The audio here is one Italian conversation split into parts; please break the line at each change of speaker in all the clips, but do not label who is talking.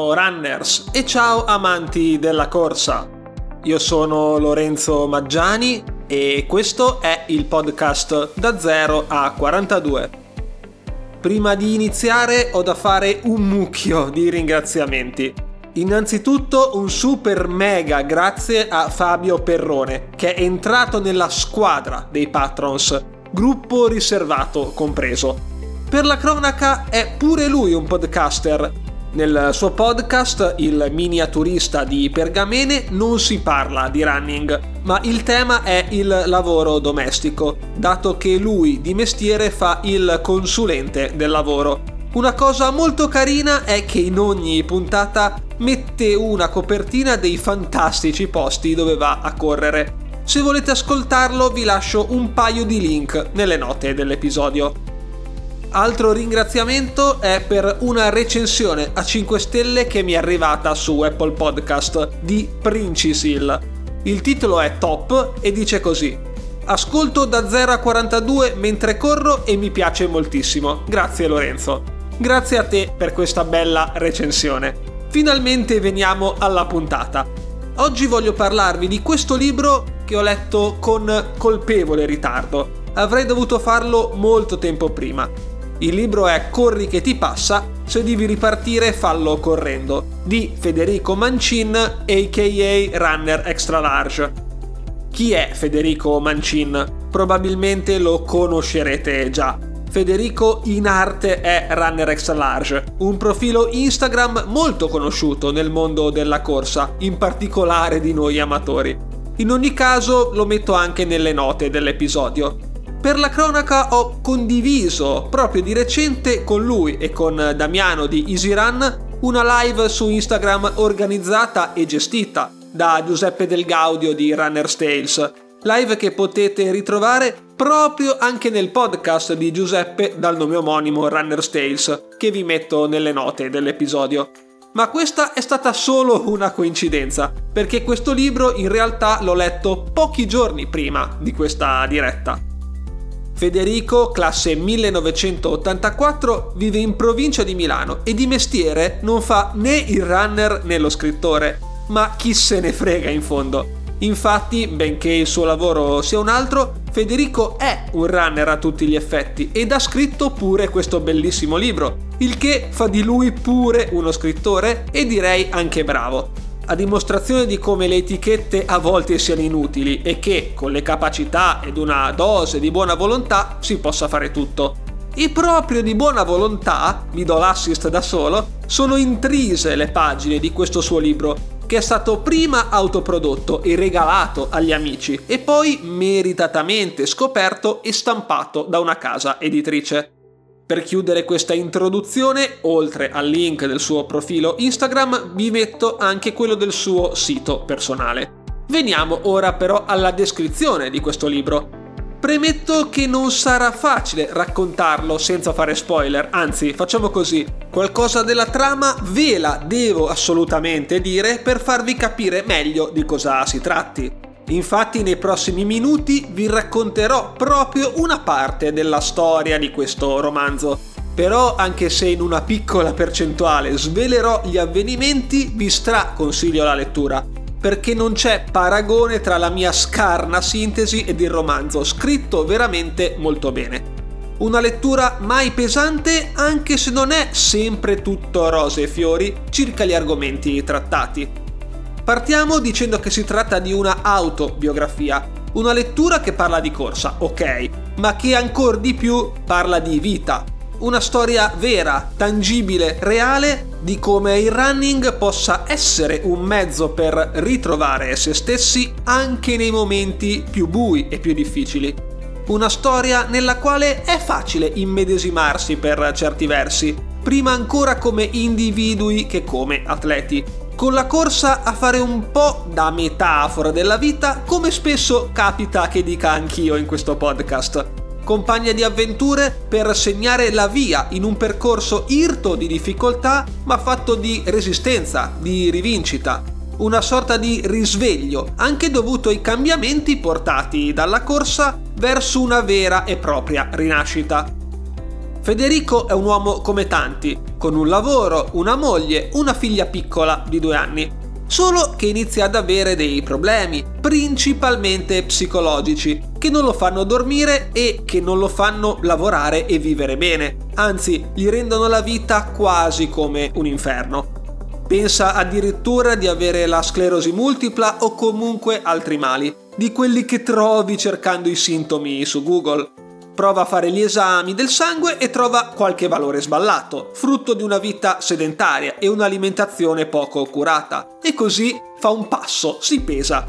Ciao runners e ciao amanti della corsa. Io sono Lorenzo Maggiani e questo è il podcast Da 0 a 42. Prima di iniziare ho da fare un mucchio di ringraziamenti. Innanzitutto un super mega grazie a Fabio Perrone, che è entrato nella squadra dei patrons, gruppo riservato compreso. Per la cronaca è pure lui un podcaster. Nel suo podcast, il miniaturista di Pergamene, non si parla di running, ma il tema è il lavoro domestico, dato che lui di mestiere fa il consulente del lavoro. Una cosa molto carina è che in ogni puntata mette una copertina dei fantastici posti dove va a correre. Se volete ascoltarlo vi lascio un paio di link nelle note dell'episodio. Altro ringraziamento è per una recensione a 5 stelle che mi è arrivata su Apple Podcast di Princisil. Il titolo è top e dice così: ascolto da 0 a 42 mentre corro e mi piace moltissimo. Grazie Lorenzo. Grazie a te per questa bella recensione. Finalmente veniamo alla puntata. Oggi voglio parlarvi di questo libro che ho letto con colpevole ritardo. Avrei dovuto farlo molto tempo prima. Il libro è Corri che ti passa, se devi ripartire fallo correndo, di Federico Mancin, a.k.a. Runner Extra Large. Chi è Federico Mancin? Probabilmente lo conoscerete già. Federico in arte è Runner Extra Large, un profilo Instagram molto conosciuto nel mondo della corsa, in particolare di noi amatori. In ogni caso lo metto anche nelle note dell'episodio. Per la cronaca ho condiviso proprio di recente con lui e con Damiano di Easy Run una live su Instagram organizzata e gestita da Giuseppe Del Gaudio di Runner's Tales, live che potete ritrovare proprio anche nel podcast di Giuseppe dal nome omonimo Runner's Tales, che vi metto nelle note dell'episodio. Ma questa è stata solo una coincidenza, perché questo libro in realtà l'ho letto pochi giorni prima di questa diretta. Federico, classe 1984, vive in provincia di Milano e di mestiere non fa né il runner né lo scrittore, ma chi se ne frega in fondo. Infatti, benché il suo lavoro sia un altro, Federico è un runner a tutti gli effetti ed ha scritto pure questo bellissimo libro, il che fa di lui pure uno scrittore e direi anche bravo. A dimostrazione di come le etichette a volte siano inutili e che con le capacità ed una dose di buona volontà si possa fare tutto. E proprio di buona volontà, mi do l'assist da solo, sono intrise le pagine di questo suo libro, che è stato prima autoprodotto e regalato agli amici e poi meritatamente scoperto e stampato da una casa editrice. Per chiudere questa introduzione, oltre al link del suo profilo Instagram, vi metto anche quello del suo sito personale. Veniamo ora però alla descrizione di questo libro. Premetto che non sarà facile raccontarlo senza fare spoiler, anzi, facciamo così. Qualcosa della trama ve la devo assolutamente dire per farvi capire meglio di cosa si tratti. Infatti nei prossimi minuti vi racconterò proprio una parte della storia di questo romanzo. Però anche se in una piccola percentuale svelerò gli avvenimenti, vi straconsiglio la lettura, perché non c'è paragone tra la mia scarna sintesi ed il romanzo, scritto veramente molto bene. Una lettura mai pesante, anche se non è sempre tutto rose e fiori circa gli argomenti trattati. Partiamo dicendo che si tratta di una autobiografia, una lettura che parla di corsa, ok, ma che ancor di più parla di vita. Una storia vera, tangibile, reale di come il running possa essere un mezzo per ritrovare se stessi anche nei momenti più bui e più difficili. Una storia nella quale è facile immedesimarsi per certi versi, prima ancora come individui che come atleti, con la corsa a fare un po' da metafora della vita, come spesso capita che dica anch'io in questo podcast. Compagna di avventure per segnare la via in un percorso irto di difficoltà, ma fatto di resistenza, di rivincita. Una sorta di risveglio, anche dovuto ai cambiamenti portati dalla corsa verso una vera e propria rinascita. Federico è un uomo come tanti, con un lavoro, una moglie, una figlia piccola di 2 anni. Solo che inizia ad avere dei problemi, principalmente psicologici, che non lo fanno dormire e che non lo fanno lavorare e vivere bene, anzi gli rendono la vita quasi come un inferno. Pensa addirittura di avere la sclerosi multipla o comunque altri mali, di quelli che trovi cercando i sintomi su Google. Prova a fare gli esami del sangue e trova qualche valore sballato, frutto di una vita sedentaria e un'alimentazione poco curata. E così fa un passo, si pesa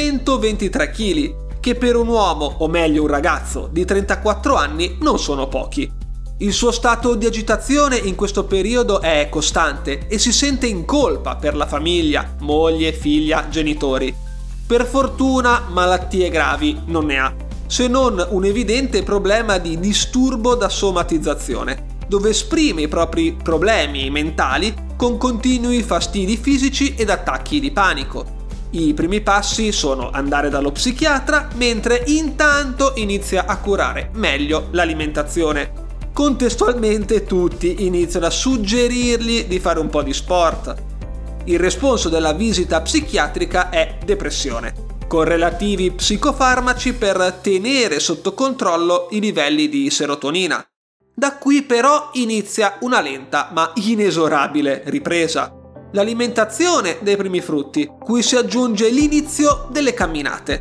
123 kg, che per un uomo, o meglio un ragazzo, di 34 anni non sono pochi. Il suo stato di agitazione in questo periodo è costante e si sente in colpa per la famiglia, moglie, figlia, genitori. Per fortuna malattie gravi non ne ha, se non un evidente problema di disturbo da somatizzazione, dove esprime i propri problemi mentali con continui fastidi fisici ed attacchi di panico. I primi passi sono andare dallo psichiatra, mentre intanto inizia a curare meglio l'alimentazione. Contestualmente tutti iniziano a suggerirgli di fare un po' di sport. Il responso della visita psichiatrica è depressione, con relativi psicofarmaci per tenere sotto controllo i livelli di serotonina. Da qui però inizia una lenta ma inesorabile ripresa. L'alimentazione dei primi frutti, cui si aggiunge l'inizio delle camminate.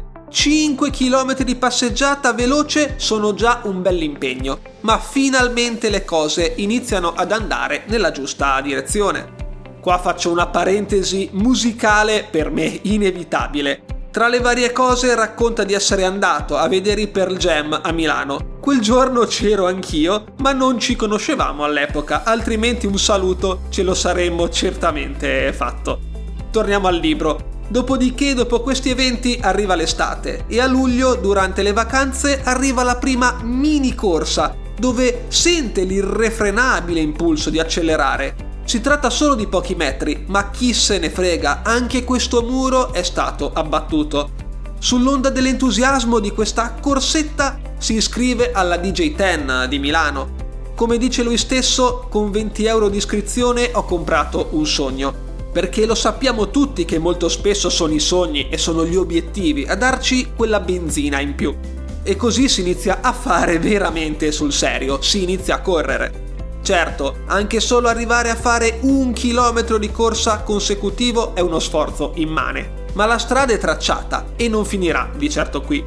5 km di passeggiata veloce sono già un bell'impegno, ma finalmente le cose iniziano ad andare nella giusta direzione. Qua faccio una parentesi musicale per me inevitabile. Tra le varie cose racconta di essere andato a vedere i Pearl Jam a Milano. Quel giorno c'ero anch'io, ma non ci conoscevamo all'epoca, altrimenti un saluto ce lo saremmo certamente fatto. Torniamo al libro. Dopodiché, dopo questi eventi, arriva l'estate e a luglio, durante le vacanze, arriva la prima mini corsa, dove sente l'irrefrenabile impulso di accelerare. Si tratta solo di pochi metri, ma chi se ne frega, anche questo muro è stato abbattuto. Sull'onda dell'entusiasmo di questa corsetta si iscrive alla DJ10 di Milano. Come dice lui stesso, con 20 euro di iscrizione ho comprato un sogno. Perché lo sappiamo tutti che molto spesso sono i sogni e sono gli obiettivi a darci quella benzina in più. E così si inizia a fare veramente sul serio, si inizia a correre. Certo, anche solo arrivare a fare 1 chilometro di corsa consecutivo è uno sforzo immane, ma la strada è tracciata e non finirà di certo qui.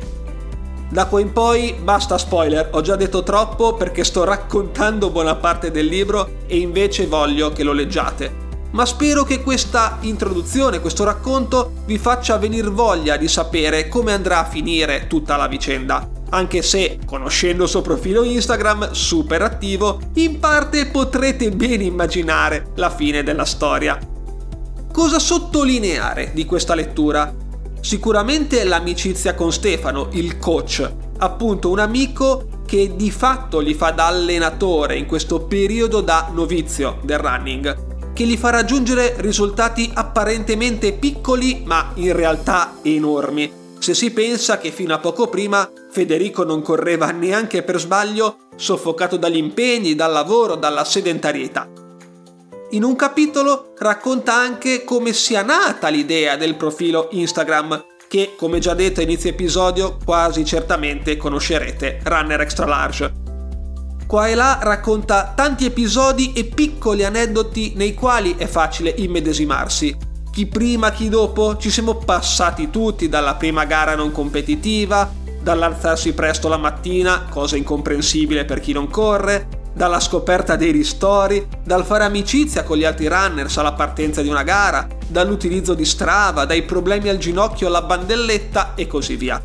Da qua in poi basta spoiler, ho già detto troppo perché sto raccontando buona parte del libro e invece voglio che lo leggiate. Ma spero che questa introduzione, questo racconto, vi faccia venir voglia di sapere come andrà a finire tutta la vicenda. Anche se, conoscendo il suo profilo Instagram, super attivo, in parte potrete ben immaginare la fine della storia. Cosa sottolineare di questa lettura? Sicuramente l'amicizia con Stefano, il coach, appunto un amico che di fatto gli fa da allenatore in questo periodo da novizio del running, che gli fa raggiungere risultati apparentemente piccoli ma in realtà enormi, se si pensa che fino a poco prima Federico non correva neanche per sbaglio, soffocato dagli impegni, dal lavoro, dalla sedentarietà. In un capitolo racconta anche come sia nata l'idea del profilo Instagram, che, come già detto a inizio episodio, quasi certamente conoscerete, Runner Extra Large. Qua e là racconta tanti episodi e piccoli aneddoti nei quali è facile immedesimarsi. Chi prima, chi dopo, ci siamo passati tutti dalla prima gara non competitiva, dall'alzarsi presto la mattina, cosa incomprensibile per chi non corre, dalla scoperta dei ristori, dal fare amicizia con gli altri runners alla partenza di una gara, dall'utilizzo di Strava, dai problemi al ginocchio alla bandelletta e così via.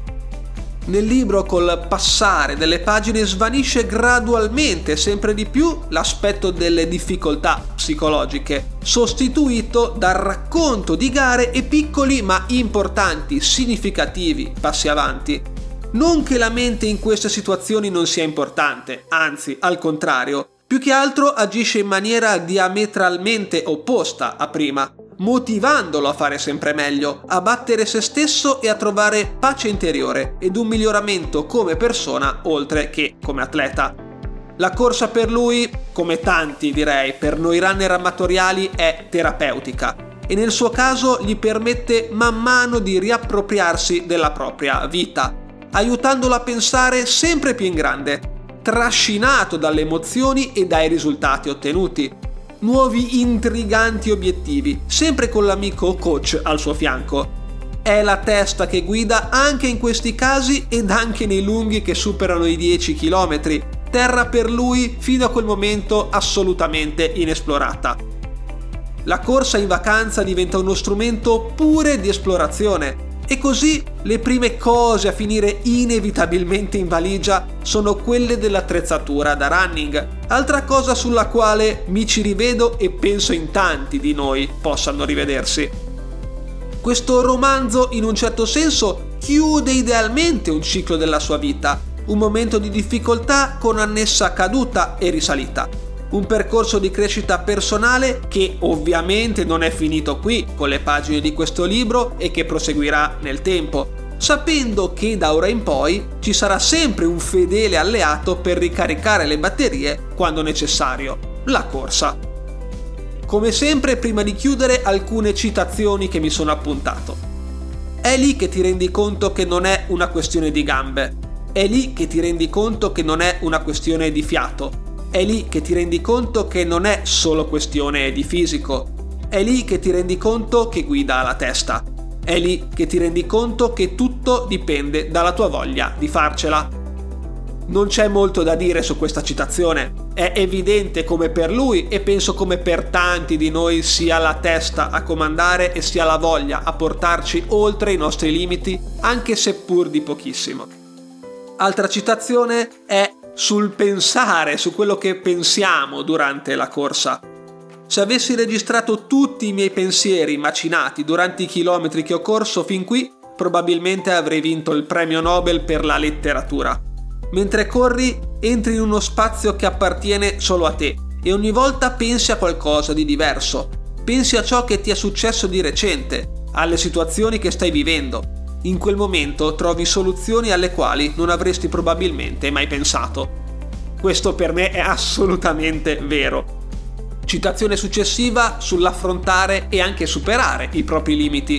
Nel libro, col passare delle pagine, svanisce gradualmente sempre di più l'aspetto delle difficoltà psicologiche, sostituito dal racconto di gare e piccoli ma importanti, significativi passi avanti. Non che la mente in queste situazioni non sia importante, anzi, al contrario, più che altro agisce in maniera diametralmente opposta a prima, motivandolo a fare sempre meglio, a battere se stesso e a trovare pace interiore ed un miglioramento come persona oltre che come atleta. La corsa per lui, come tanti direi, per noi runner amatoriali è terapeutica e nel suo caso gli permette man mano di riappropriarsi della propria vita, aiutandolo a pensare sempre più in grande, trascinato dalle emozioni e dai risultati ottenuti. Nuovi intriganti obiettivi, sempre con l'amico coach al suo fianco. È la testa che guida anche in questi casi ed anche nei lunghi che superano i 10 km, terra per lui fino a quel momento assolutamente inesplorata. La corsa in vacanza diventa uno strumento pure di esplorazione e così le prime cose a finire inevitabilmente in valigia sono quelle dell'attrezzatura da running, altra cosa sulla quale mi ci rivedo e penso in tanti di noi possano rivedersi. Questo romanzo in un certo senso chiude idealmente un ciclo della sua vita, un momento di difficoltà con annessa caduta e risalita. Un percorso di crescita personale che ovviamente non è finito qui con le pagine di questo libro e che proseguirà nel tempo, sapendo che da ora in poi ci sarà sempre un fedele alleato per ricaricare le batterie quando necessario, la corsa. Come sempre, prima di chiudere, alcune citazioni che mi sono appuntato. È lì che ti rendi conto che non è una questione di gambe, è lì che ti rendi conto che non è una questione di fiato, è lì che ti rendi conto che non è solo questione di fisico, è lì che ti rendi conto che guida la testa, è lì che ti rendi conto che tutto dipende dalla tua voglia di farcela. Non c'è molto da dire su questa citazione, è evidente come per lui e penso come per tanti di noi sia la testa a comandare e sia la voglia a portarci oltre i nostri limiti, anche seppur di pochissimo. Altra citazione è sul pensare, su quello che pensiamo durante la corsa. Se avessi registrato tutti i miei pensieri macinati durante i chilometri che ho corso fin qui, probabilmente avrei vinto il premio Nobel per la letteratura. Mentre corri, entri in uno spazio che appartiene solo a te e ogni volta pensi a qualcosa di diverso. Pensi a ciò che ti è successo di recente, alle situazioni che stai vivendo. In quel momento trovi soluzioni alle quali non avresti probabilmente mai pensato. Questo per me è assolutamente vero. Citazione successiva sull'affrontare e anche superare i propri limiti.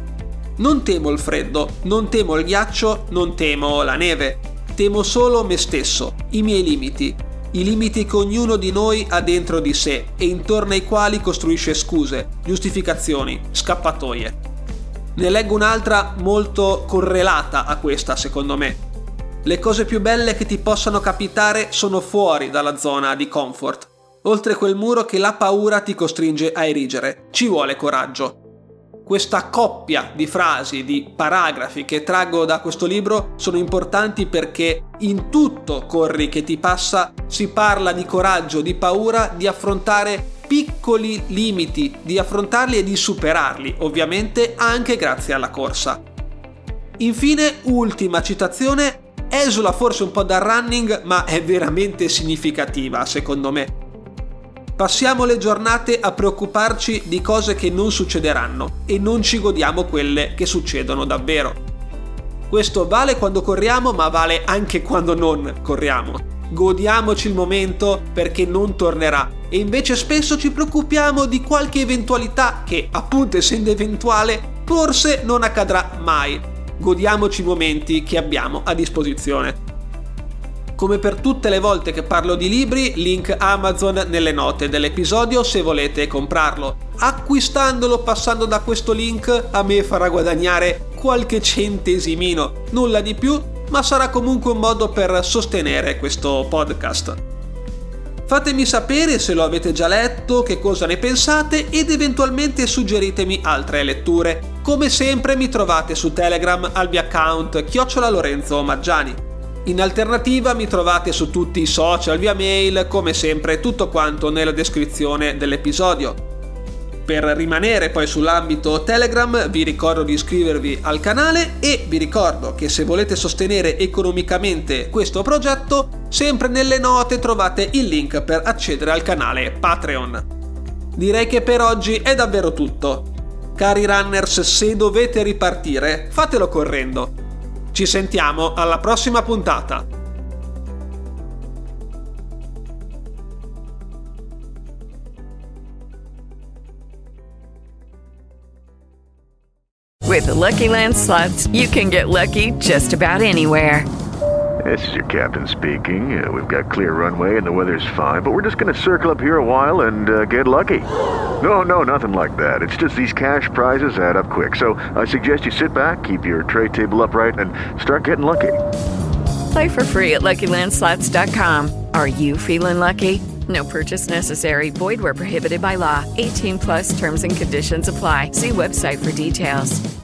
Non temo il freddo, non temo il ghiaccio, non temo la neve. Temo solo me stesso, i miei limiti, i limiti che ognuno di noi ha dentro di sé e intorno ai quali costruisce scuse, giustificazioni, scappatoie. Ne leggo un'altra molto correlata a questa, secondo me. Le cose più belle che ti possano capitare sono fuori dalla zona di comfort, oltre quel muro che la paura ti costringe a erigere. Ci vuole coraggio. Questa coppia di frasi, di paragrafi che traggo da questo libro sono importanti perché in tutto Corri che ti passa si parla di coraggio, di paura, di affrontare piccoli limiti, di affrontarli e di superarli, ovviamente anche grazie alla corsa. Infine, ultima citazione, esula forse un po' dal running, ma è veramente significativa secondo me. Passiamo le giornate a preoccuparci di cose che non succederanno e non ci godiamo quelle che succedono davvero. Questo vale quando corriamo, ma vale anche quando non corriamo. Godiamoci il momento perché non tornerà e invece spesso ci preoccupiamo di qualche eventualità che, appunto essendo eventuale, forse non accadrà mai. Godiamoci i momenti che abbiamo a disposizione. Come per tutte le volte che parlo di libri, link Amazon nelle note dell'episodio se volete comprarlo. Acquistandolo passando da questo link a me farà guadagnare qualche centesimino, nulla di più, ma sarà comunque un modo per sostenere questo podcast. Fatemi sapere se lo avete già letto, che cosa ne pensate ed eventualmente suggeritemi altre letture. Come sempre mi trovate su Telegram al mio account @LorenzoMaggiani. In alternativa mi trovate su tutti i social via mail, come sempre tutto quanto nella descrizione dell'episodio. Per rimanere poi sull'ambito Telegram vi ricordo di iscrivervi al canale e vi ricordo che se volete sostenere economicamente questo progetto, sempre nelle note trovate il link per accedere al canale Patreon. Direi che per oggi è davvero tutto. Cari runners, se dovete ripartire, fatelo correndo. Ci sentiamo alla prossima puntata.
With the Lucky Land Slots, you can get lucky just about anywhere.
This is your captain speaking. We've got clear runway and the weather's fine, but we're just going to circle up here a while and get lucky. No, nothing like that. It's just these cash prizes add up quick. So I suggest you sit back, keep your tray table upright, and start getting lucky.
Play for free at LuckyLandSlots.com. Are you feeling lucky? No purchase necessary. Void where prohibited by law. 18+ terms and conditions apply. See website for details.